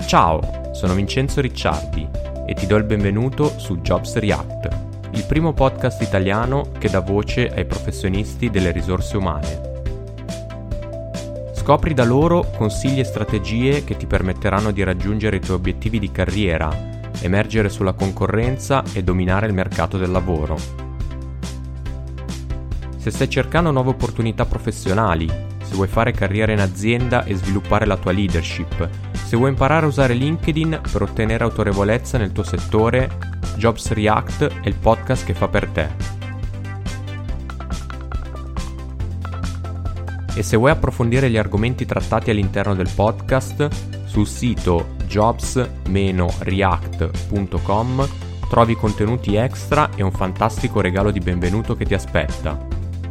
Ciao, sono Vincenzo Ricciardi e ti do il benvenuto su Jobs React, il primo podcast italiano che dà voce ai professionisti delle risorse umane. Scopri da loro consigli e strategie che ti permetteranno di raggiungere i tuoi obiettivi di carriera, emergere sulla concorrenza e dominare il mercato del lavoro. Se stai cercando nuove opportunità professionali, se vuoi fare carriera in azienda e sviluppare la tua leadership, se vuoi imparare a usare LinkedIn per ottenere autorevolezza nel tuo settore, Jobs React è il podcast che fa per te. E se vuoi approfondire gli argomenti trattati all'interno del podcast, sul sito jobs-react.com trovi contenuti extra e un fantastico regalo di benvenuto che ti aspetta.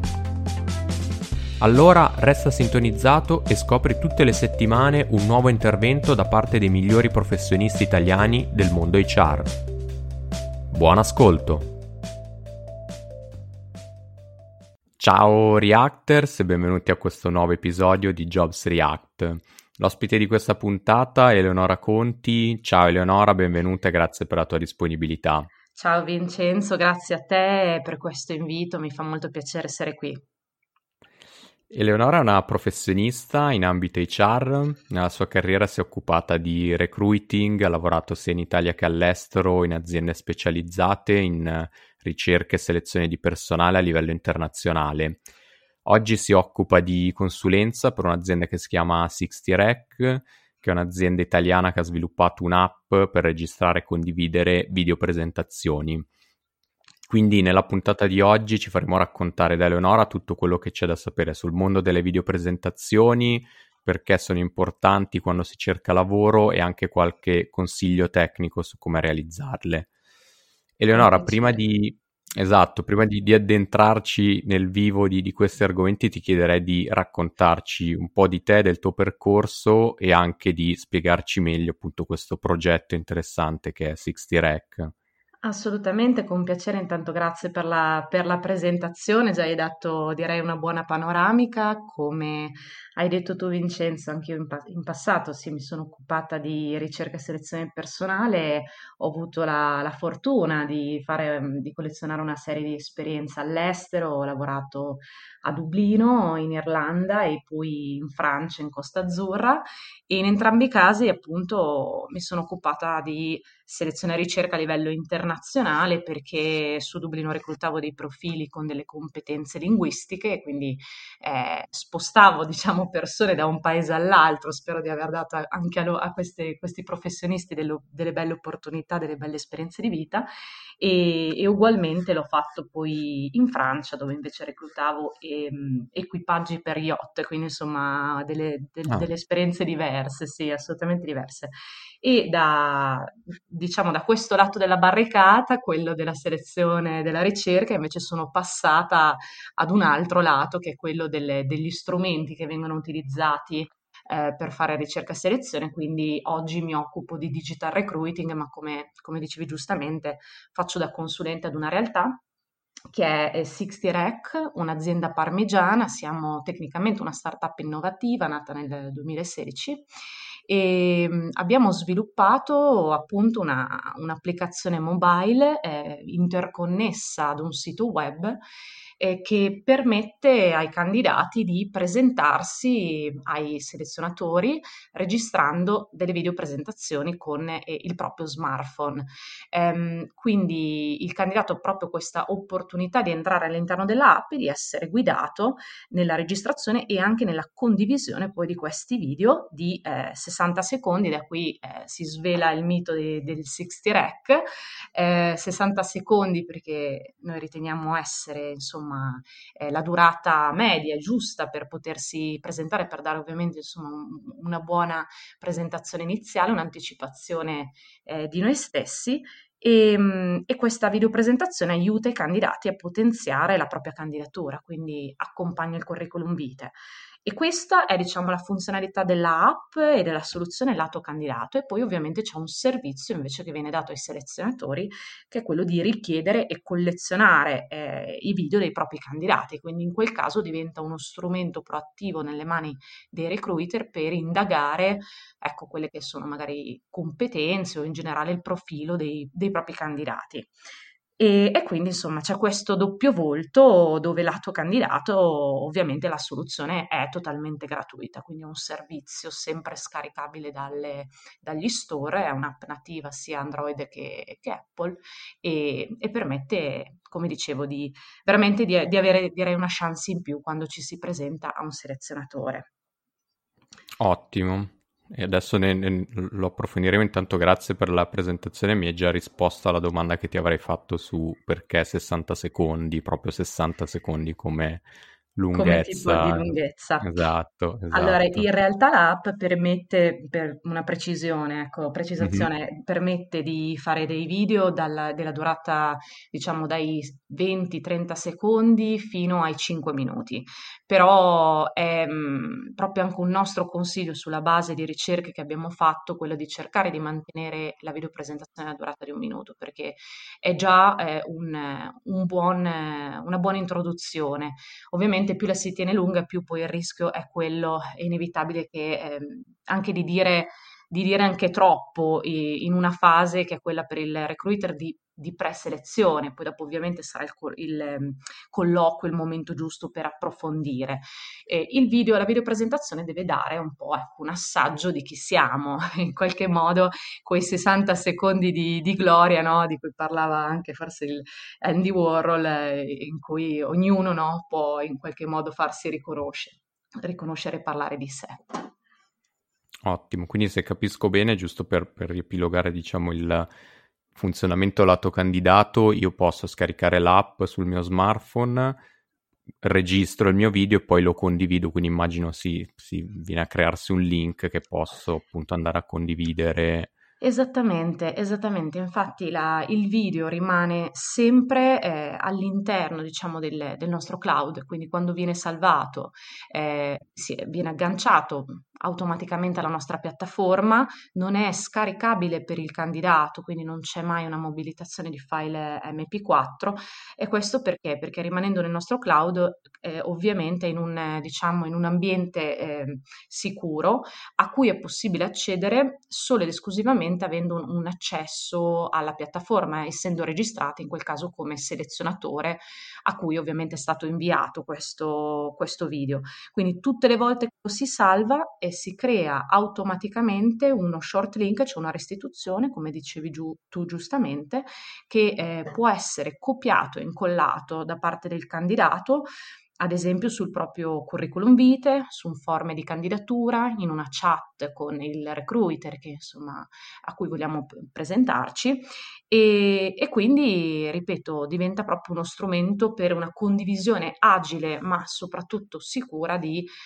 Allora resta sintonizzato e scopri tutte le settimane un nuovo intervento da parte dei migliori professionisti italiani del mondo HR. Buon ascolto! Ciao Reactors e benvenuti a questo nuovo episodio di Jobs React. L'ospite di questa puntata è Eleonora Conti. Ciao Eleonora, benvenuta e grazie per la tua disponibilità. Ciao Vincenzo, grazie a te per questo invito, mi fa molto piacere essere qui. Eleonora è una professionista in ambito HR, nella sua carriera si è occupata di recruiting, ha lavorato sia in Italia che all'estero in aziende specializzate in ricerca e selezione di personale a livello internazionale. Oggi si occupa di consulenza per un'azienda che si chiama 60rec, che è un'azienda italiana che ha sviluppato un'app per registrare e condividere videopresentazioni. Quindi nella puntata di oggi ci faremo raccontare da Eleonora tutto quello che c'è da sapere sul mondo delle videopresentazioni, perché sono importanti quando si cerca lavoro e anche qualche consiglio tecnico su come realizzarle. Eleonora, prima di addentrarci nel vivo di questi argomenti ti chiederei di raccontarci un po' di te, del tuo percorso e anche di spiegarci meglio appunto questo progetto interessante che è 60rec. Assolutamente, con piacere, intanto grazie per la presentazione, già hai dato direi una buona panoramica, come hai detto tu Vincenzo, anch'io in passato sì, mi sono occupata di ricerca e selezione personale, ho avuto la fortuna di collezionare una serie di esperienze all'estero, ho lavorato a Dublino, in Irlanda e poi in Francia, in Costa Azzurra e in entrambi i casi appunto mi sono occupata di selezione e ricerca a livello internazionale perché su Dublino reclutavo dei profili con delle competenze linguistiche, quindi spostavo diciamo persone da un paese all'altro, spero di aver dato anche a questi professionisti delle belle opportunità, delle belle esperienze di vita e ugualmente l'ho fatto poi in Francia dove invece reclutavo equipaggi per yacht, quindi insomma delle esperienze diverse, sì, assolutamente diverse. E diciamo, da questo lato della barricata, quello della selezione e della ricerca, invece sono passata ad un altro lato, che è quello degli strumenti che vengono utilizzati per fare ricerca e selezione, quindi oggi mi occupo di digital recruiting, ma come dicevi giustamente, faccio da consulente ad una realtà che è 60rec, un'azienda parmigiana, siamo tecnicamente una startup innovativa nata nel 2016 e abbiamo sviluppato appunto un'applicazione mobile interconnessa ad un sito web che permette ai candidati di presentarsi ai selezionatori registrando delle videopresentazioni con il proprio smartphone. Quindi il candidato ha proprio questa opportunità di entrare all'interno dell'app e di essere guidato nella registrazione e anche nella condivisione poi di questi video di 60 secondi, da qui si svela il mito del 60rec, 60 secondi perché noi riteniamo essere insomma la durata media giusta per potersi presentare, per dare ovviamente insomma una buona presentazione iniziale, un'anticipazione di noi stessi e questa videopresentazione aiuta i candidati a potenziare la propria candidatura, quindi accompagna il curriculum vitae. E questa è, diciamo, la funzionalità della app e della soluzione lato candidato. E poi ovviamente c'è un servizio invece che viene dato ai selezionatori, che è quello di richiedere e collezionare i video dei propri candidati. Quindi in quel caso diventa uno strumento proattivo nelle mani dei recruiter per indagare, ecco, quelle che sono magari competenze o in generale il profilo dei propri candidati. E quindi insomma c'è questo doppio volto dove lato candidato ovviamente la soluzione è totalmente gratuita, quindi è un servizio sempre scaricabile dagli store, è un'app nativa sia Android che Apple e permette, come dicevo, veramente di avere direi una chance in più quando ci si presenta a un selezionatore. Ottimo. E adesso lo approfondiremo. Intanto grazie per la presentazione, mi hai già risposto alla domanda che ti avrei fatto su perché 60 secondi, proprio 60 secondi come Come tipo di lunghezza. lunghezza. Esatto, Allora, esatto. in realtà l'app permette, per una Mhm. precisazione, permette di fare dei video della durata, diciamo, dai 20-30 secondi fino ai 5 minuti. Però è proprio anche un nostro consiglio sulla base di ricerche che abbiamo fatto, quello di cercare di mantenere la videopresentazione alla durata di 1 minuto, perché è già una buona introduzione. Ovviamente più la si tiene lunga, più poi il rischio è quello inevitabile che anche di dire anche troppo in una fase che è quella per il recruiter di preselezione, poi dopo ovviamente sarà il colloquio, il momento giusto per approfondire. La videopresentazione deve dare un po', ecco, un assaggio di chi siamo, in qualche modo quei 60 secondi di gloria, no? Di cui parlava anche forse Andy Warhol, in cui ognuno, no, può in qualche modo farsi riconoscere e parlare di sé. Ottimo, quindi se capisco bene, giusto per riepilogare, diciamo, il funzionamento lato candidato, io posso scaricare l'app sul mio smartphone, registro il mio video e poi lo condivido, quindi immagino si viene a crearsi un link che posso appunto andare a condividere. Esattamente, esattamente. Infatti il video rimane sempre all'interno, diciamo, del nostro cloud, quindi quando viene salvato viene agganciato automaticamente alla nostra piattaforma, non è scaricabile per il candidato, quindi non c'è mai una mobilitazione di file MP4 e questo perché? Perché rimanendo nel nostro cloud, ovviamente diciamo, in un ambiente sicuro, a cui è possibile accedere solo ed esclusivamente avendo un accesso alla piattaforma, essendo registrati in quel caso come selezionatore a cui ovviamente è stato inviato questo video. Quindi tutte le volte che lo si salva e si crea automaticamente uno short link, cioè una restituzione, come dicevi tu giustamente, che può essere copiato e incollato da parte del candidato ad esempio sul proprio curriculum vitae, su un form di candidatura, in una chat con il recruiter che, insomma, a cui vogliamo presentarci e quindi, ripeto, diventa proprio uno strumento per una condivisione agile ma soprattutto sicura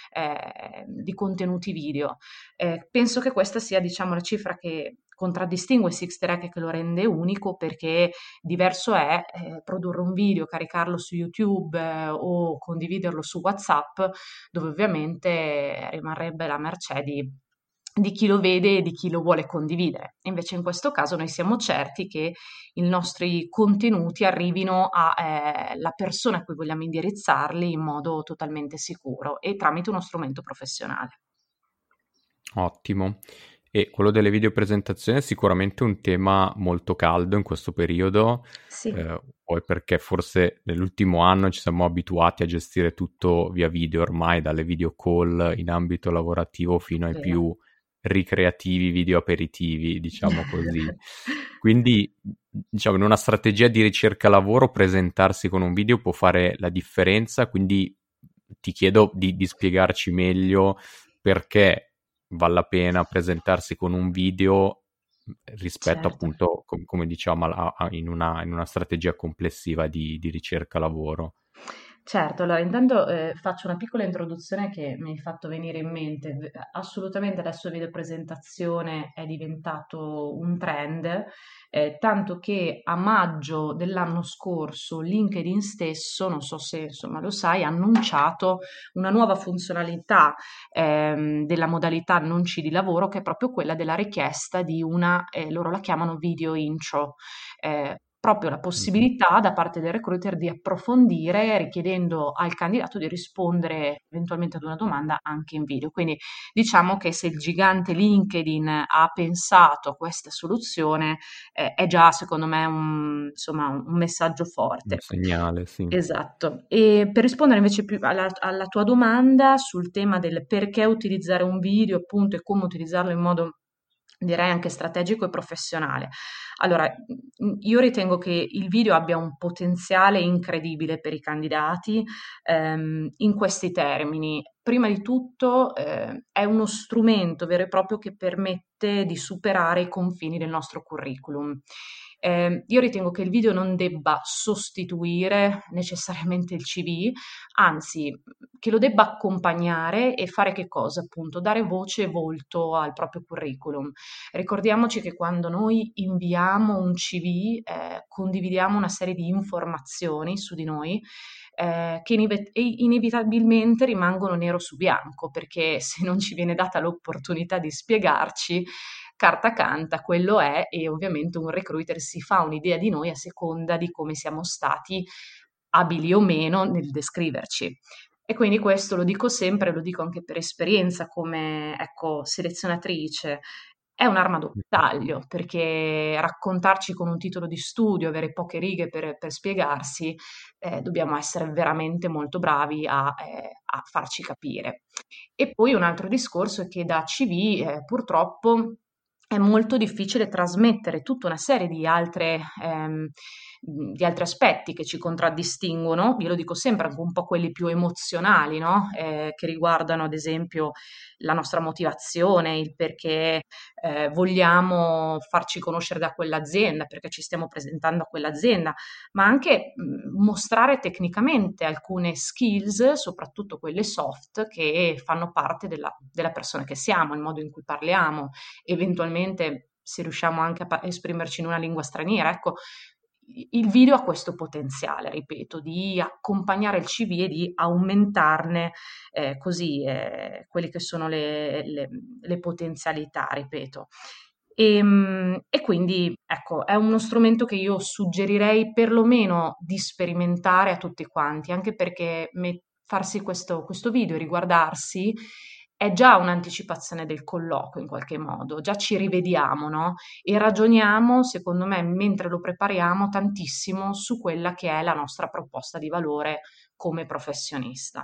di contenuti video. Penso che questa sia, diciamo, la cifra che contraddistingue Sixterack e che lo rende unico perché diverso è produrre un video, caricarlo su YouTube o condividerlo su WhatsApp, dove ovviamente rimarrebbe la mercé di chi lo vede e di chi lo vuole condividere. Invece in questo caso noi siamo certi che i nostri contenuti arrivino alla persona a cui vogliamo indirizzarli in modo totalmente sicuro e tramite uno strumento professionale. Ottimo. E quello delle videopresentazioni è sicuramente un tema molto caldo in questo periodo, Sì, poi perché forse nell'ultimo anno ci siamo abituati a gestire tutto via video ormai, dalle video call in ambito lavorativo fino ai vero. più ricreativi video aperitivi, diciamo così. Quindi, diciamo, in una strategia di ricerca lavoro, presentarsi con un video può fare la differenza, quindi ti chiedo di spiegarci meglio perché vale la pena presentarsi con un video rispetto Certo. appunto, come diciamo, in una strategia complessiva di ricerca lavoro. Certo, allora intanto faccio una piccola introduzione che mi hai fatto venire in mente. Assolutamente adesso videopresentazione è diventato un trend, tanto che a maggio dell'anno scorso LinkedIn stesso, non so se insomma lo sai, ha annunciato una nuova funzionalità della modalità non C di lavoro, che è proprio quella della richiesta di una, loro la chiamano video intro, proprio la Mhm. possibilità da parte del recruiter di approfondire, richiedendo al candidato di rispondere eventualmente ad una domanda anche in video. Quindi diciamo che se il gigante LinkedIn ha pensato a questa soluzione, è già secondo me insomma, un messaggio Un forte. segnale, sì. Esatto. E per rispondere invece più alla tua domanda sul tema del perché utilizzare un video, appunto, e come utilizzarlo in modo, direi, anche strategico e professionale. Allora, io ritengo che il video abbia un potenziale incredibile per i candidati, in questi termini. Prima di tutto, è uno strumento vero e proprio che permette di superare i confini del nostro curriculum. Io ritengo che il video non debba sostituire necessariamente il CV, anzi, che lo debba accompagnare e fare che cosa? Appunto, dare voce e volto al proprio curriculum. Ricordiamoci che quando noi inviamo un CV, condividiamo una serie di informazioni su di noi, che inevitabilmente rimangono nero su bianco, perché se non ci viene data l'opportunità di spiegarci, carta canta, quello è, e ovviamente un recruiter si fa un'idea di noi a seconda di come siamo stati abili o meno nel descriverci. E quindi questo lo dico sempre, lo dico anche per esperienza come, ecco, selezionatrice, è un'arma a doppio Mhm. taglio, perché raccontarci con un titolo di studio, avere poche righe per spiegarsi, dobbiamo essere veramente molto bravi a farci capire. E poi un altro discorso è che da CV, purtroppo è molto difficile trasmettere tutta una serie di altri aspetti che ci contraddistinguono. Io lo dico sempre, anche un po' quelli più emozionali, no? Che riguardano ad esempio la nostra motivazione, il perché vogliamo farci conoscere da quell'azienda, perché ci stiamo presentando a quell'azienda, ma anche mostrare tecnicamente alcune skills, soprattutto quelle soft, che fanno parte della persona che siamo, il modo in cui parliamo, eventualmente se riusciamo anche a esprimerci in una lingua straniera. Ecco, il video ha questo potenziale, ripeto, di accompagnare il CV e di aumentarne così quelle che sono le potenzialità, ripeto. E quindi ecco, è uno strumento che io suggerirei perlomeno di sperimentare a tutti quanti, anche perché farsi questo video e riguardarsi è già un'anticipazione del colloquio in qualche modo, già ci rivediamo, no? E ragioniamo, secondo me, mentre lo prepariamo tantissimo su quella che è la nostra proposta di valore come professionista.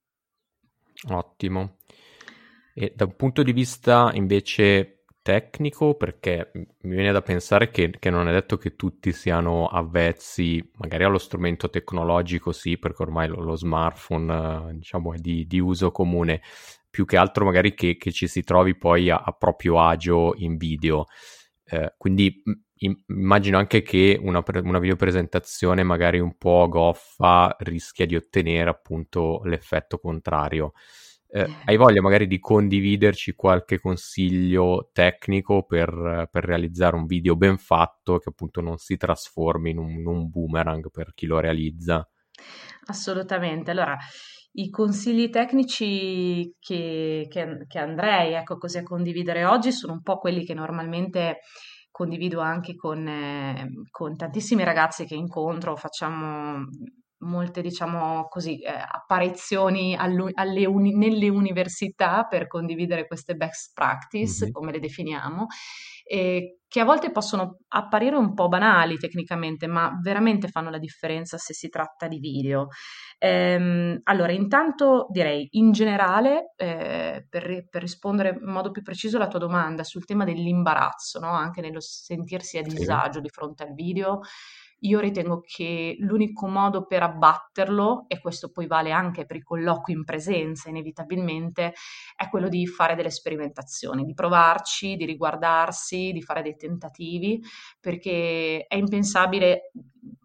Ottimo. E da un punto di vista invece tecnico, perché mi viene da pensare che non è detto che tutti siano avvezzi, magari allo strumento tecnologico, sì, perché ormai lo smartphone, diciamo, è di uso comune, più che altro magari che ci si trovi poi a proprio agio in video. Quindi immagino anche che una videopresentazione magari un po' goffa rischia di ottenere appunto l'effetto contrario. Hai voglia magari di condividerci qualche consiglio tecnico per realizzare un video ben fatto che appunto non si trasformi in un boomerang per chi lo realizza? Assolutamente. Allora, i consigli tecnici che andrei, ecco, così a condividere oggi sono un po' quelli che normalmente condivido anche con tantissimi ragazzi che incontro, facciamo molte, diciamo così, apparizioni nelle università per condividere queste best practice, Mhm. come le definiamo, che a volte possono apparire un po' banali tecnicamente, ma veramente fanno la differenza se si tratta di video. Allora, intanto direi in generale, per rispondere in modo più preciso alla tua domanda sul tema dell'imbarazzo, no? Anche nello sentirsi a Sì. disagio di fronte al video, io ritengo che l'unico modo per abbatterlo, e questo poi vale anche per i colloqui in presenza, inevitabilmente, è quello di fare delle sperimentazioni, di provarci, di riguardarsi, di fare dei tentativi, perché è impensabile.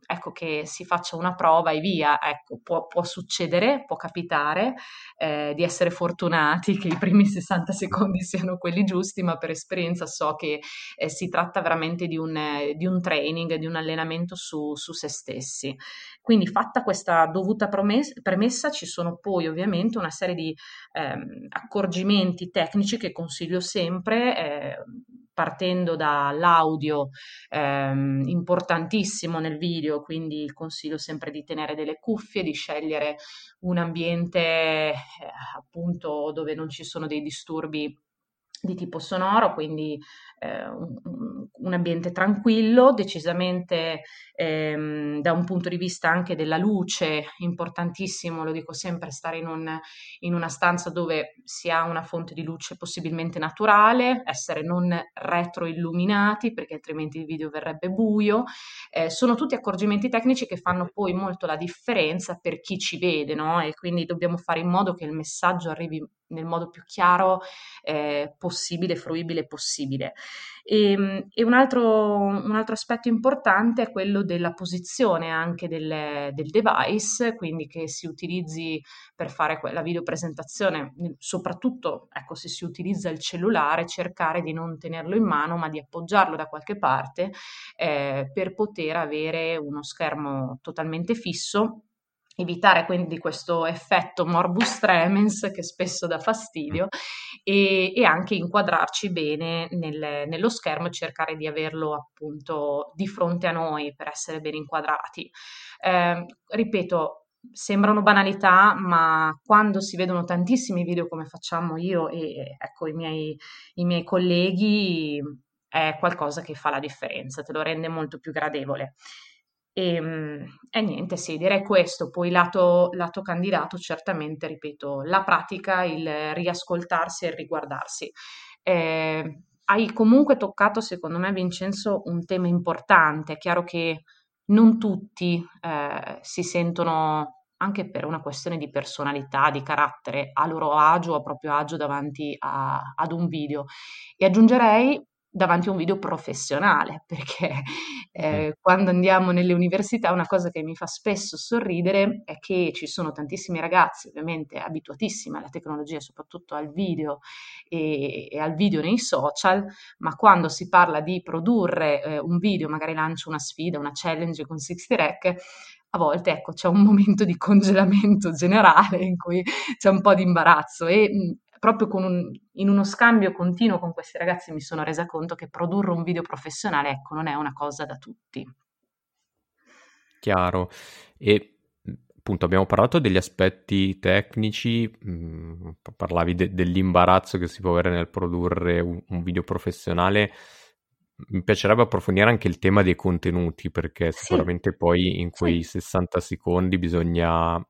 ecco, che si faccia una prova e via, ecco, può succedere, può capitare di essere fortunati che i primi 60 secondi siano quelli giusti, ma per esperienza so che si tratta veramente di un training, di un allenamento su se stessi. Quindi fatta questa dovuta premessa, ci sono poi ovviamente una serie di accorgimenti tecnici che consiglio sempre, partendo dall'audio importantissimo nel video, quindi consiglio sempre di tenere delle cuffie, di scegliere un ambiente appunto dove non ci sono dei disturbi di tipo sonoro, quindi un ambiente tranquillo, decisamente da un punto di vista anche della luce, importantissimo, lo dico sempre, stare in una stanza dove si ha una fonte di luce possibilmente naturale, essere non retroilluminati perché altrimenti il video verrebbe buio. Sono tutti accorgimenti tecnici che fanno poi molto la differenza per chi ci vede, no? E quindi dobbiamo fare in modo che il messaggio arrivi nel modo più chiaro possibile, fruibile possibile. E un altro aspetto importante è quello della posizione anche del device, quindi che si utilizzi per fare la videopresentazione, soprattutto ecco, se si utilizza il cellulare, cercare di non tenerlo in mano, ma di appoggiarlo da qualche parte per poter avere uno schermo totalmente fisso, evitare quindi questo effetto morbus tremens che spesso dà fastidio e anche inquadrarci bene nello schermo e cercare di averlo appunto di fronte a noi per essere ben inquadrati. Ripeto, sembrano banalità, ma quando si vedono tantissimi video come facciamo io e ecco i miei colleghi, è qualcosa che fa la differenza, te lo rende molto più gradevole. E niente, sì, direi questo. Poi lato candidato, certamente, ripeto, la pratica, il riascoltarsi e il riguardarsi. Hai comunque toccato, secondo me, Vincenzo, un tema importante. È chiaro che non tutti si sentono, anche per una questione di personalità, di carattere, a loro agio, a proprio agio davanti ad un video. E aggiungerei davanti a un video professionale, perché Mm. quando andiamo nelle università una cosa che mi fa spesso sorridere è che ci sono tantissimi ragazzi, ovviamente abituatissimi alla tecnologia, soprattutto al video e al video nei social, ma quando si parla di produrre un video, magari lancio una sfida, una challenge con 60 Rec, a volte ecco, c'è un momento di congelamento generale in cui c'è un po' di imbarazzo e proprio in uno scambio continuo con questi ragazzi mi sono resa conto che produrre un video professionale, ecco, non è una cosa da tutti. Chiaro. E appunto abbiamo parlato degli aspetti tecnici, parlavi dell'imbarazzo che si può avere nel produrre un video professionale. Mi piacerebbe approfondire anche il tema dei contenuti, perché Sì, sicuramente poi in sì. quei 60 secondi bisogna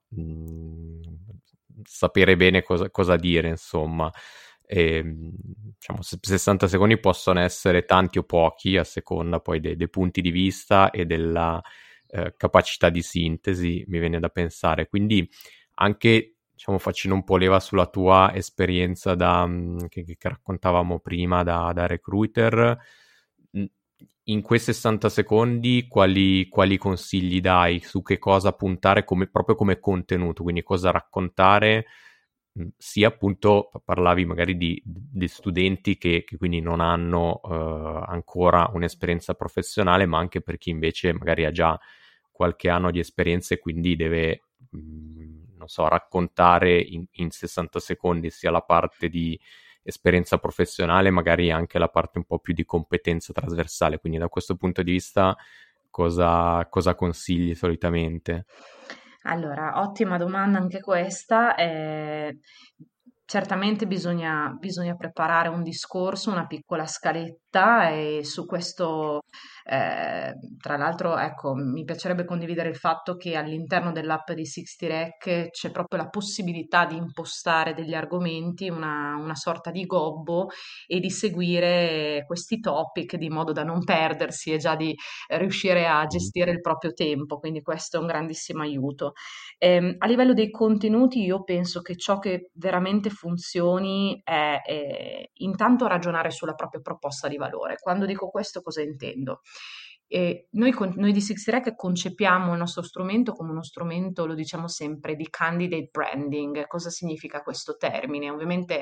sapere bene cosa dire, insomma. E, diciamo, 60 secondi possono essere tanti o pochi a seconda poi dei punti di vista e della capacità di sintesi, mi viene da pensare. Quindi anche, diciamo, facendo un po' leva sulla tua esperienza che raccontavamo prima da recruiter, mh, in quei 60 secondi quali consigli dai su che cosa puntare proprio come contenuto, quindi cosa raccontare, sia appunto parlavi magari di studenti che quindi non hanno ancora un'esperienza professionale, ma anche per chi invece magari ha già qualche anno di esperienza e quindi deve, non so, raccontare in 60 secondi sia la parte di esperienza professionale, magari anche la parte un po' più di competenza trasversale. Quindi da questo punto di vista cosa consigli solitamente? Allora, ottima domanda anche questa. Certamente bisogna preparare un discorso, una piccola scaletta e su questo, tra l'altro, ecco, mi piacerebbe condividere il fatto che all'interno dell'app di 60Rec c'è proprio la possibilità di impostare degli argomenti, una sorta di gobbo e di seguire questi topic di modo da non perdersi e già di riuscire a Mm. gestire il proprio tempo, quindi questo è un grandissimo aiuto. A livello dei contenuti io penso che ciò che veramente funzioni è intanto ragionare sulla propria proposta di valore. Quando dico questo cosa intendo? E noi di Sixty concepiamo il nostro strumento come uno strumento, lo diciamo sempre, di candidate branding. Cosa significa questo termine? Ovviamente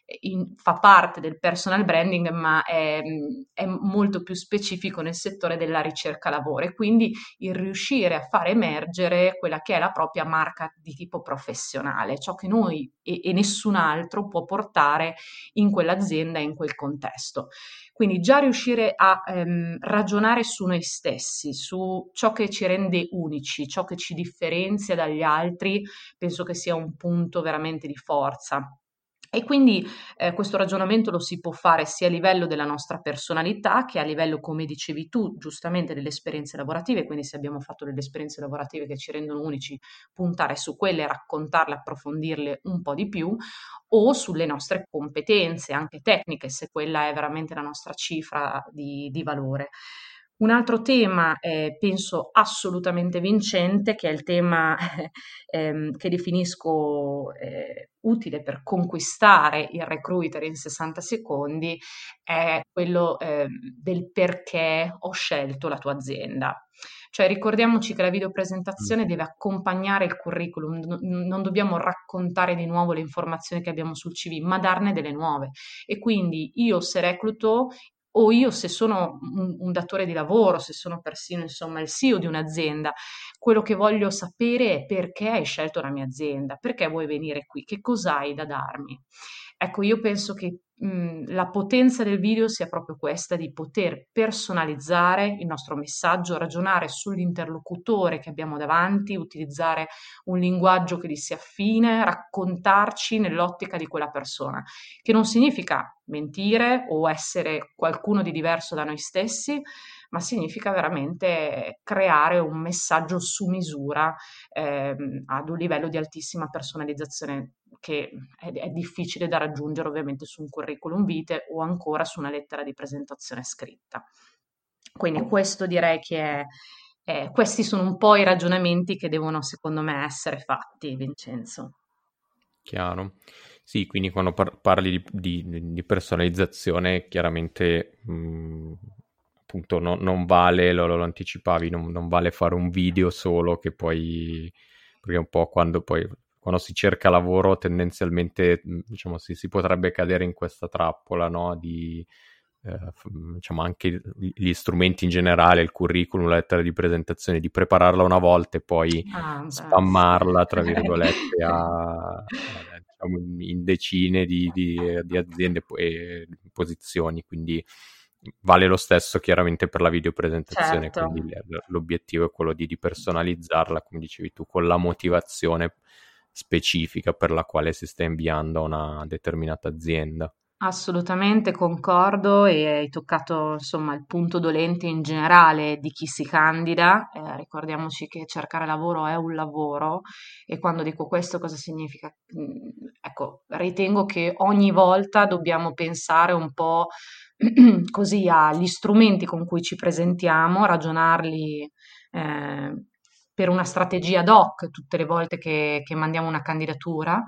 fa parte del personal branding, ma è molto più specifico nel settore della ricerca lavoro e quindi il riuscire a far emergere quella che è la propria marca di tipo professionale, ciò che noi e nessun altro può portare in quell'azienda e in quel contesto. Quindi già riuscire a ragionare su noi stessi, su ciò che ci rende unici, ciò che ci differenzia dagli altri, penso che sia un punto veramente di forza. E quindi questo ragionamento lo si può fare sia a livello della nostra personalità che a livello, come dicevi tu, giustamente delle esperienze lavorative, quindi se abbiamo fatto delle esperienze lavorative che ci rendono unici, puntare su quelle, raccontarle, approfondirle un po' di più, o sulle nostre competenze, anche tecniche, se quella è veramente la nostra cifra di valore. Un altro tema, penso assolutamente vincente, che è il tema che definisco utile per conquistare il recruiter in 60 secondi, è quello del perché ho scelto la tua azienda. Cioè ricordiamoci che la Mm. videopresentazione deve accompagnare il curriculum, non dobbiamo raccontare di nuovo le informazioni che abbiamo sul CV, ma darne delle nuove. E quindi io se recluto o io se sono un datore di lavoro, se sono persino insomma il CEO di un'azienda, quello che voglio sapere è perché hai scelto la mia azienda, perché vuoi venire qui, che cosa hai da darmi. Ecco, io penso che la potenza del video sia proprio questa, di poter personalizzare il nostro messaggio, ragionare sull'interlocutore che abbiamo davanti, utilizzare un linguaggio che gli sia affine, raccontarci nell'ottica di quella persona, che non significa mentire o essere qualcuno di diverso da noi stessi, ma significa veramente creare un messaggio su misura ad un livello di altissima personalizzazione che è difficile da raggiungere ovviamente su un curriculum vitae o ancora su una lettera di presentazione scritta. Quindi questo direi che questi sono un po' i ragionamenti che devono secondo me essere fatti, Vincenzo. Chiaro. Sì, quindi quando parli di personalizzazione, chiaramente appunto non vale, lo anticipavi, non vale fare un video solo che poi, perché un po' quando si cerca lavoro tendenzialmente diciamo si potrebbe cadere in questa trappola, no? Diciamo anche gli strumenti in generale, il curriculum, la lettera di presentazione, di prepararla una volta e poi Ah, beh, sì. spammarla, tra virgolette, diciamo, in decine di aziende e posizioni, quindi vale lo stesso chiaramente per la videopresentazione, Certo. quindi l'obiettivo è quello di personalizzarla, come dicevi tu, con la motivazione specifica per la quale si sta inviando a una determinata azienda. Assolutamente concordo e hai toccato insomma il punto dolente in generale di chi si candida. Ricordiamoci che cercare lavoro è un lavoro e quando dico questo cosa significa? Ecco, ritengo che ogni volta dobbiamo pensare un po' così agli strumenti con cui ci presentiamo, ragionarli per una strategia ad hoc tutte le volte che mandiamo una candidatura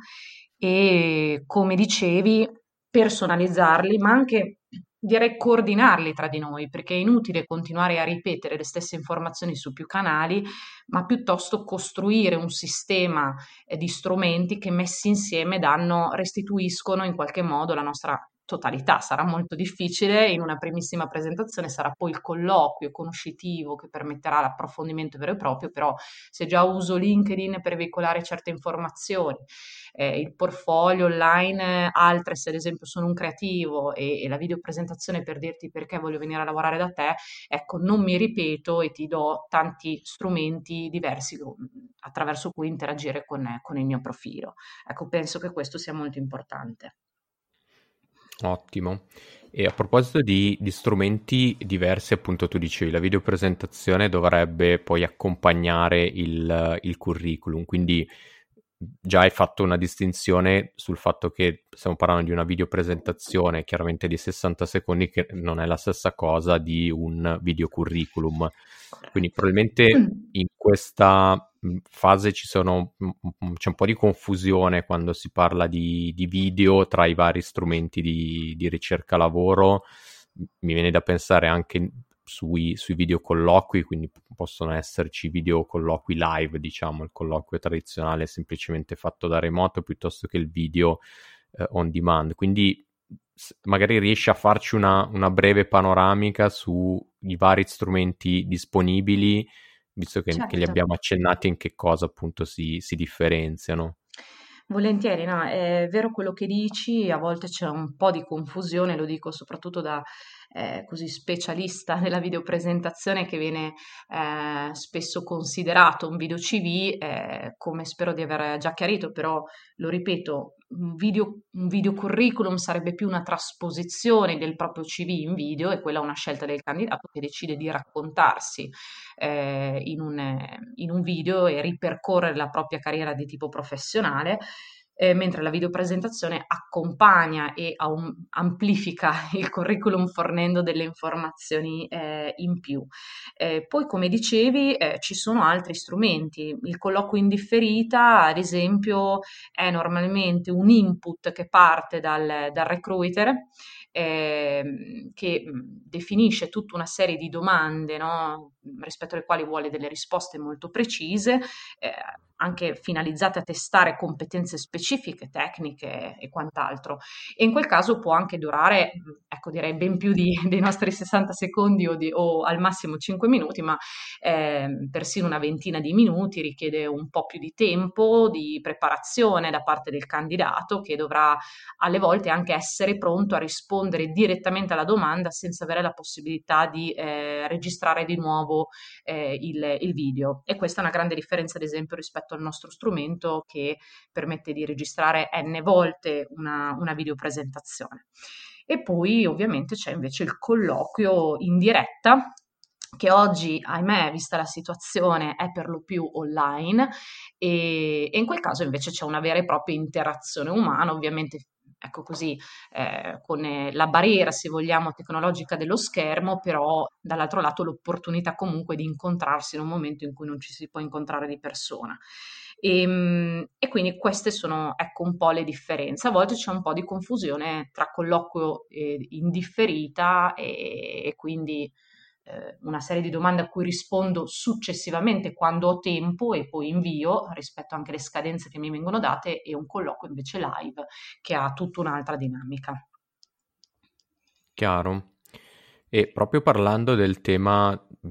e come dicevi personalizzarli, ma anche direi coordinarli tra di noi, perché è inutile continuare a ripetere le stesse informazioni su più canali, ma piuttosto costruire un sistema di strumenti che messi insieme restituiscono in qualche modo la nostra totalità. Sarà molto difficile, in una primissima presentazione sarà poi il colloquio conoscitivo che permetterà l'approfondimento vero e proprio, però se già uso LinkedIn per veicolare certe informazioni, il portfolio online, altre se ad esempio sono un creativo e la videopresentazione per dirti perché voglio venire a lavorare da te, ecco, non mi ripeto e ti do tanti strumenti diversi attraverso cui interagire con il mio profilo. Ecco, penso che questo sia molto importante. Ottimo. E a proposito di strumenti diversi, appunto tu dicevi, la videopresentazione dovrebbe poi accompagnare il curriculum, quindi già hai fatto una distinzione sul fatto che stiamo parlando di una videopresentazione chiaramente di 60 secondi che non è la stessa cosa di un video curriculum. Quindi Corretto. probabilmente in questa fase c'è un po' di confusione quando si parla di video tra i vari strumenti di ricerca lavoro. Mi viene da pensare anche sui video colloqui, quindi possono esserci video colloqui live, diciamo, il colloquio tradizionale è semplicemente fatto da remoto piuttosto che il video on demand. Quindi magari riesci a farci una breve panoramica sui vari strumenti disponibili, visto che li Certo. abbiamo accennati, in che cosa appunto si differenziano. Volentieri, no, è vero quello che dici, a volte c'è un po' di confusione, lo dico soprattutto da così specialista nella videopresentazione che viene spesso considerato un video CV, come spero di aver già chiarito, però lo ripeto, un video curriculum sarebbe più una trasposizione del proprio CV in video e quella è una scelta del candidato che decide di raccontarsi in un video e ripercorrere la propria carriera di tipo professionale, mentre la videopresentazione accompagna e amplifica il curriculum fornendo delle informazioni in più. Poi, come dicevi, ci sono altri strumenti. Il colloquio in differita, ad esempio, è normalmente un input che parte dal recruiter, che definisce tutta una serie di domande, no, rispetto alle quali vuole delle risposte molto precise, anche finalizzate a testare competenze specifiche, tecniche e quant'altro. E in quel caso può anche durare, ecco, direi ben più dei nostri 60 secondi o al massimo 5 minuti, ma persino una ventina di minuti, richiede un po' più di tempo, di preparazione da parte del candidato, che dovrà alle volte anche essere pronto a rispondere direttamente alla domanda senza avere la possibilità di registrare di nuovo il video. E questa è una grande differenza, ad esempio, rispetto al nostro strumento che permette di registrare n volte una videopresentazione. E poi ovviamente c'è invece il colloquio in diretta, che oggi, ahimè, vista la situazione, è per lo più online e in quel caso invece c'è una vera e propria interazione umana, ovviamente, ecco così, con la barriera, se vogliamo, tecnologica dello schermo, però dall'altro lato l'opportunità comunque di incontrarsi in un momento in cui non ci si può incontrare di persona. E quindi queste sono, ecco, un po' le differenze. A volte c'è un po' di confusione tra colloquio in differita e quindi una serie di domande a cui rispondo successivamente quando ho tempo e poi invio rispetto anche alle scadenze che mi vengono date, e un colloquio invece live che ha tutta un'altra dinamica. Chiaro. E proprio parlando del tema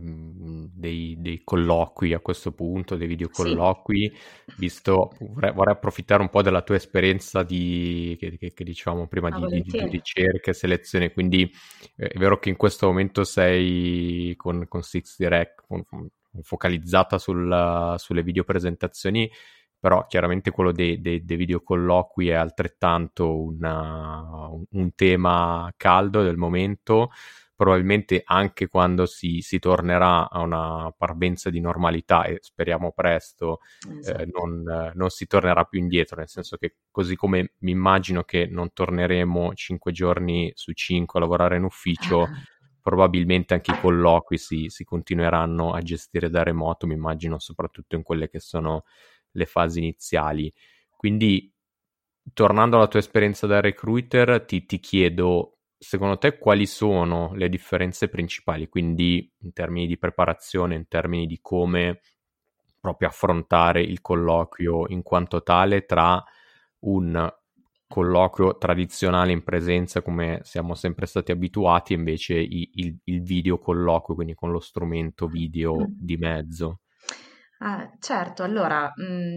dei colloqui a questo punto, dei Sì, videocolloqui, visto, vorrei approfittare un po' della tua esperienza che dicevamo prima di volentieri. ricerca e selezione, quindi è vero che in questo momento sei con Six Direct focalizzata sulle videopresentazioni, però chiaramente quello dei videocolloqui è altrettanto un tema caldo del momento. Probabilmente anche quando si tornerà a una parvenza di normalità, e speriamo presto, Esatto. non si tornerà più indietro, nel senso che così come mi immagino che non torneremo 5 giorni su 5 a lavorare in ufficio, probabilmente anche i colloqui si continueranno a gestire da remoto, mi immagino, soprattutto in quelle che sono le fasi iniziali. Quindi, tornando alla tua esperienza da recruiter, ti chiedo, secondo te, quali sono le differenze principali? Quindi, in termini di preparazione, in termini di come proprio affrontare il colloquio in quanto tale, tra un colloquio tradizionale in presenza, come siamo sempre stati abituati, e invece il video colloquio, quindi con lo strumento video Mm. di mezzo. Ah, certo, allora,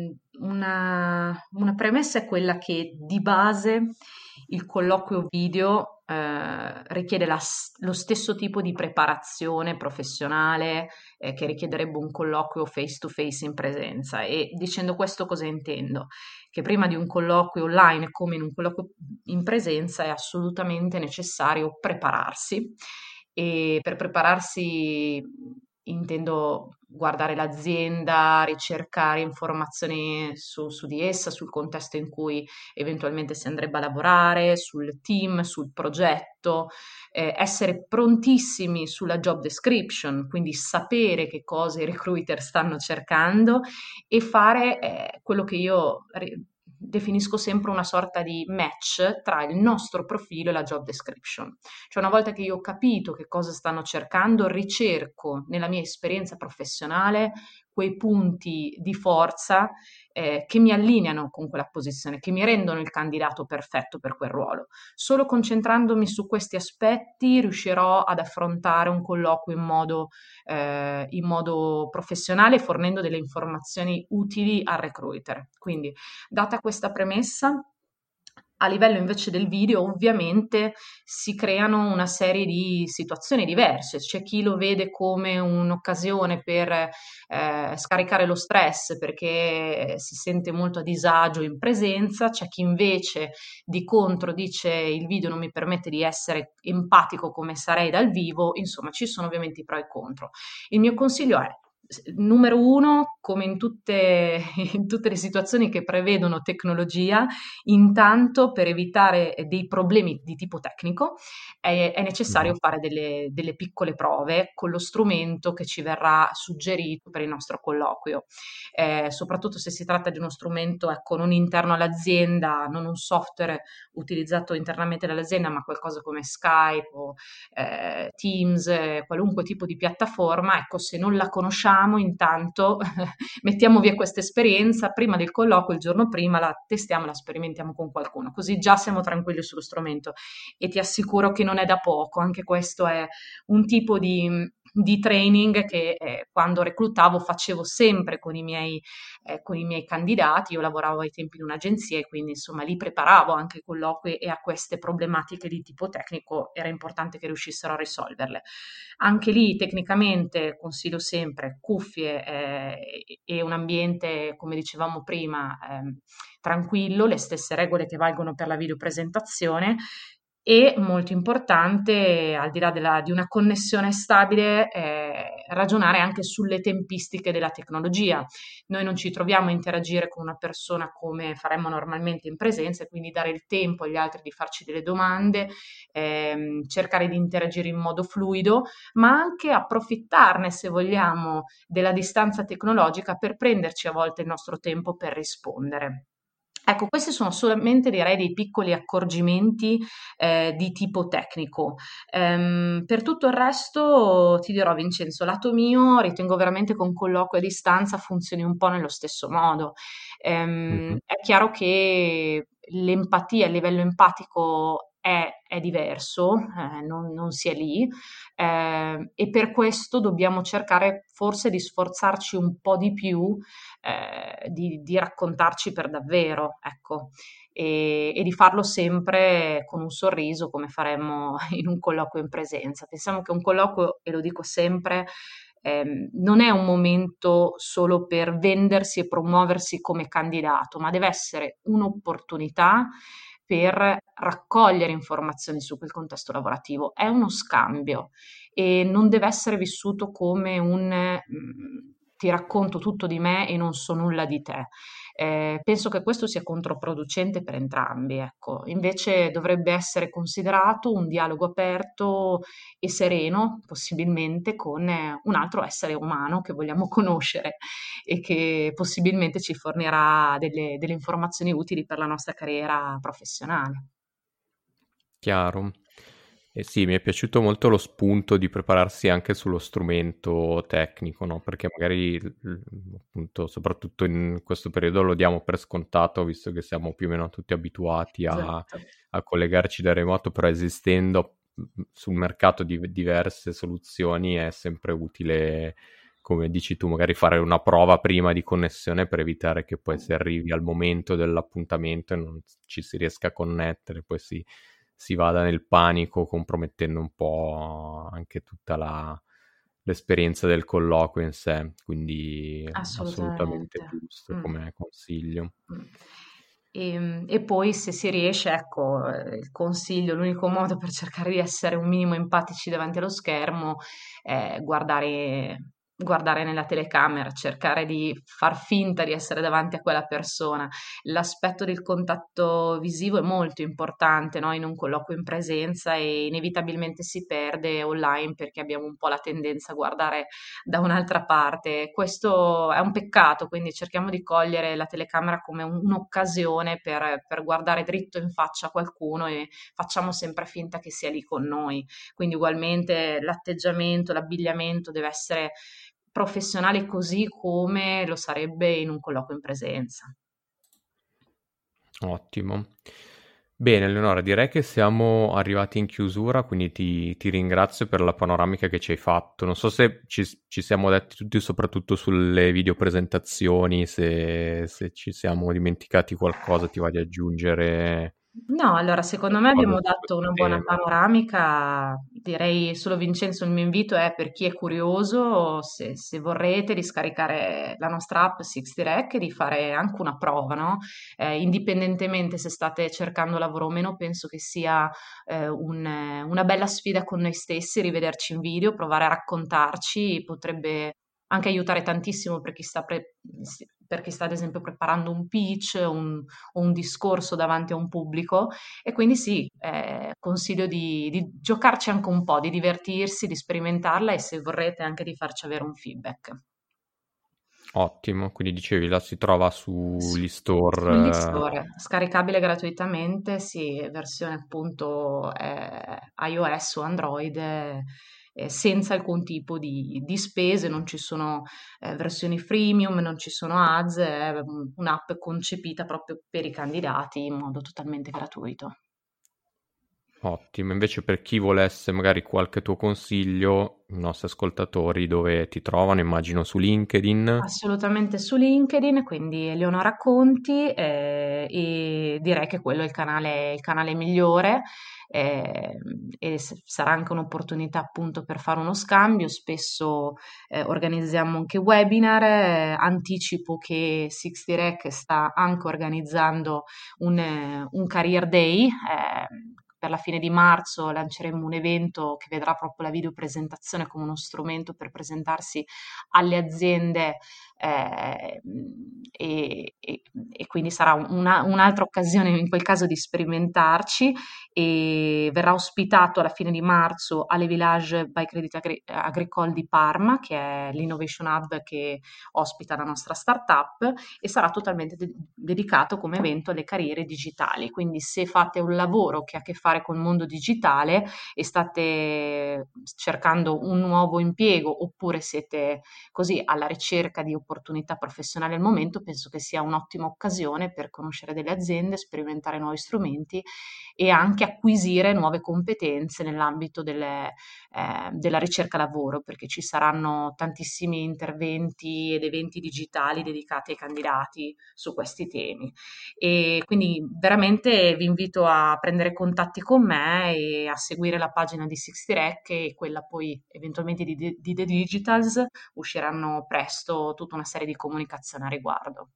una premessa è quella che di base il colloquio video richiede lo stesso tipo di preparazione professionale che richiederebbe un colloquio face to face in presenza. E dicendo questo cosa intendo? Che prima di un colloquio online, come in un colloquio in presenza, è assolutamente necessario prepararsi, e per prepararsi intendo guardare l'azienda, ricercare informazioni su di essa, sul contesto in cui eventualmente si andrebbe a lavorare, sul team, sul progetto, essere prontissimi sulla job description, quindi sapere che cosa i recruiter stanno cercando e fare quello che io definisco sempre una sorta di match tra il nostro profilo e la job description. Cioè una volta che io ho capito che cosa stanno cercando, ricerco nella mia esperienza professionale quei punti di forza che mi allineano con quella posizione, che mi rendono il candidato perfetto per quel ruolo. Solo concentrandomi su questi aspetti riuscirò ad affrontare un colloquio in modo professionale, fornendo delle informazioni utili al recruiter. Quindi, data questa premessa, a livello invece del video, ovviamente si creano una serie di situazioni diverse. C'è chi lo vede come un'occasione per scaricare lo stress perché si sente molto a disagio in presenza, c'è chi invece di contro dice il video non mi permette di essere empatico come sarei dal vivo. Insomma, ci sono ovviamente i pro e i contro. Il mio consiglio è: numero uno, come in tutte le situazioni che prevedono tecnologia, intanto per evitare dei problemi di tipo tecnico è necessario Mhm. fare delle piccole prove con lo strumento che ci verrà suggerito per il nostro colloquio. Soprattutto se si tratta di uno strumento, ecco, non interno all'azienda, non un software utilizzato internamente dall'azienda, ma qualcosa come Skype o Teams, qualunque tipo di piattaforma. Ecco, se non la conosciamo, intanto mettiamo via questa esperienza, prima del colloquio, il giorno prima, la testiamo, la sperimentiamo con qualcuno, così già siamo tranquilli sullo strumento, e ti assicuro che non è da poco. Anche questo è un tipo di training che quando reclutavo facevo sempre con i miei candidati. Io lavoravo ai tempi in un'agenzia e quindi insomma li preparavo anche ai colloqui, e a queste problematiche di tipo tecnico era importante che riuscissero a risolverle. Anche lì tecnicamente consiglio sempre cuffie e un ambiente, come dicevamo prima, tranquillo, le stesse regole che valgono per la videopresentazione. E molto importante, al di là di una connessione stabile, ragionare anche sulle tempistiche della tecnologia. Noi non ci troviamo a interagire con una persona come faremmo normalmente in presenza, e quindi dare il tempo agli altri di farci delle domande, cercare di interagire in modo fluido, ma anche approfittarne, se vogliamo, della distanza tecnologica per prenderci a volte il nostro tempo per rispondere. Ecco, questi sono solamente, direi, dei piccoli accorgimenti di tipo tecnico. Per tutto il resto ti dirò, Vincenzo, lato mio, ritengo veramente che un colloquio a distanza funzioni un po' nello stesso modo. Mhm. È chiaro che l'empatia, il livello empatico è diverso, non si è lì, e per questo dobbiamo cercare forse di sforzarci un po' di più, di raccontarci per davvero, ecco, e di farlo sempre con un sorriso, come faremmo in un colloquio in presenza. Pensiamo che un colloquio, e lo dico sempre, non è un momento solo per vendersi e promuoversi come candidato, ma deve essere un'opportunità per raccogliere informazioni su quel contesto lavorativo. È uno scambio e non deve essere vissuto come ti racconto tutto di me e non so nulla di te. Penso che questo sia controproducente per entrambi, ecco. Invece dovrebbe essere considerato un dialogo aperto e sereno, possibilmente con un altro essere umano che vogliamo conoscere e che possibilmente ci fornirà delle informazioni utili per la nostra carriera professionale. Chiaro. E sì, mi è piaciuto molto lo spunto di prepararsi anche sullo strumento tecnico, no? Perché magari, appunto, soprattutto in questo periodo lo diamo per scontato, visto che siamo più o meno tutti abituati Esatto. a collegarci da remoto, però esistendo sul mercato di diverse soluzioni è sempre utile, come dici tu, magari fare una prova prima di connessione per evitare che poi si arrivi al momento dell'appuntamento e non ci si riesca a connettere, poi si vada nel panico, compromettendo un po' anche tutta l'esperienza del colloquio in sé, quindi assolutamente Assolutamente. giusto Mh. come consiglio. Mh. E poi se si riesce, ecco, il consiglio, l'unico modo per cercare di essere un minimo empatici davanti allo schermo è guardare guardare nella telecamera, cercare di far finta di essere davanti a quella persona. L'aspetto del contatto visivo è molto importante, no? In un colloquio in presenza e inevitabilmente si perde online perché abbiamo un po' la tendenza a guardare da un'altra parte. Questo è un peccato, quindi cerchiamo di cogliere la telecamera come un'occasione per guardare dritto in faccia a qualcuno e facciamo sempre finta che sia lì con noi. Quindi ugualmente l'atteggiamento, l'abbigliamento deve essere professionale così come lo sarebbe in un colloquio in presenza. Ottimo. Bene, Eleonora, direi che siamo arrivati in chiusura, quindi ti ringrazio per la panoramica che ci hai fatto. Non so se ci siamo detti tutti, soprattutto sulle videopresentazioni, se ci siamo dimenticati qualcosa, ti va di aggiungere No, allora secondo me qualcosa abbiamo su dato questo una buona tema? panoramica. Direi solo Vincenzo, il mio invito è per chi è curioso, se vorrete, di scaricare la nostra app 60 Rec e di fare anche una prova, no? Indipendentemente se state cercando lavoro o meno, penso che sia una bella sfida con noi stessi, rivederci in video, provare a raccontarci, potrebbe anche aiutare tantissimo per chi per chi sta ad esempio preparando un pitch, o un discorso davanti a un pubblico e quindi sì, consiglio di giocarci anche un po', di divertirsi, di sperimentarla e se vorrete anche di farci avere un feedback. Ottimo, quindi dicevi, la si trova sugli Sugli store. store, scaricabile gratuitamente, sì, versione appunto iOS o Android, senza alcun tipo di spese, non ci sono versioni freemium, non ci sono ads, è un'app concepita proprio per i candidati in modo totalmente gratuito. Ottimo, invece per chi volesse magari qualche tuo consiglio, i nostri ascoltatori dove ti trovano, immagino su LinkedIn. Assolutamente su LinkedIn, quindi Eleonora Conti, e direi che quello è il canale migliore, sarà anche un'opportunità appunto per fare uno scambio. Spesso organizziamo anche webinar, anticipo che 60 Rec sta anche organizzando un Career Day. Per la fine di marzo lanceremo un evento che vedrà proprio la videopresentazione come uno strumento per presentarsi alle aziende eh, e quindi sarà un'altra occasione in quel caso di sperimentarci e verrà ospitato alla fine di marzo alle Village by Credit Agricole di Parma, che è l'Innovation Hub che ospita la nostra startup e sarà totalmente dedicato come evento alle carriere digitali. Quindi se fate un lavoro che ha a che fare col mondo digitale e state cercando un nuovo impiego oppure siete così alla ricerca di opportunità professionali al momento, penso che sia un'ottima occasione per conoscere delle aziende, sperimentare nuovi strumenti e anche acquisire nuove competenze nell'ambito della ricerca lavoro, perché ci saranno tantissimi interventi ed eventi digitali dedicati ai candidati su questi temi. E quindi veramente vi invito a prendere contatti con me e a seguire la pagina di 60 Rec e quella poi eventualmente di The Digitals. Usciranno presto tutta una serie di comunicazioni a riguardo.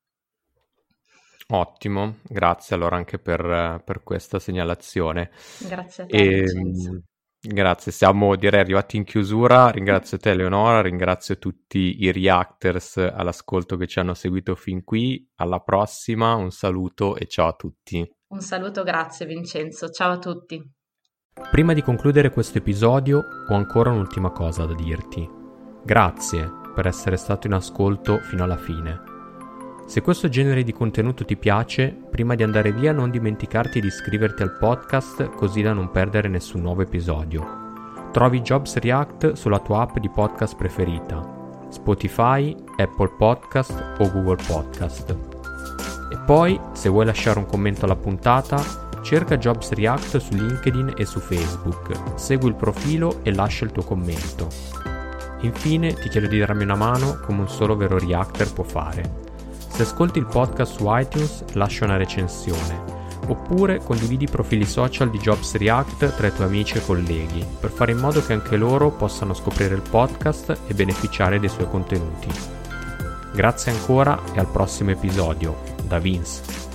Ottimo, grazie allora anche per questa segnalazione. Grazie a te, E, Vincenzo. grazie, siamo direi arrivati in chiusura. Ringrazio te, Eleonora, ringrazio tutti i Reactors all'ascolto che ci hanno seguito fin qui. Alla prossima, un saluto e ciao a tutti. Un saluto, grazie Vincenzo. Ciao a tutti. Prima di concludere questo episodio, ho ancora un'ultima cosa da dirti. Grazie per essere stato in ascolto fino alla fine. Se questo genere di contenuto ti piace, prima di andare via non dimenticarti di iscriverti al podcast così da non perdere nessun nuovo episodio. Trovi Jobs React sulla tua app di podcast preferita, Spotify, Apple Podcast o Google Podcast. E poi, se vuoi lasciare un commento alla puntata, cerca Jobs React su LinkedIn e su Facebook, segui il profilo e lascia il tuo commento. Infine ti chiedo di darmi una mano come un solo vero Reactor può fare. Se ascolti il podcast su iTunes, lascia una recensione, oppure condividi i profili social di Jobs React tra i tuoi amici e colleghi, per fare in modo che anche loro possano scoprire il podcast e beneficiare dei suoi contenuti. Grazie ancora e al prossimo episodio. Da Vince.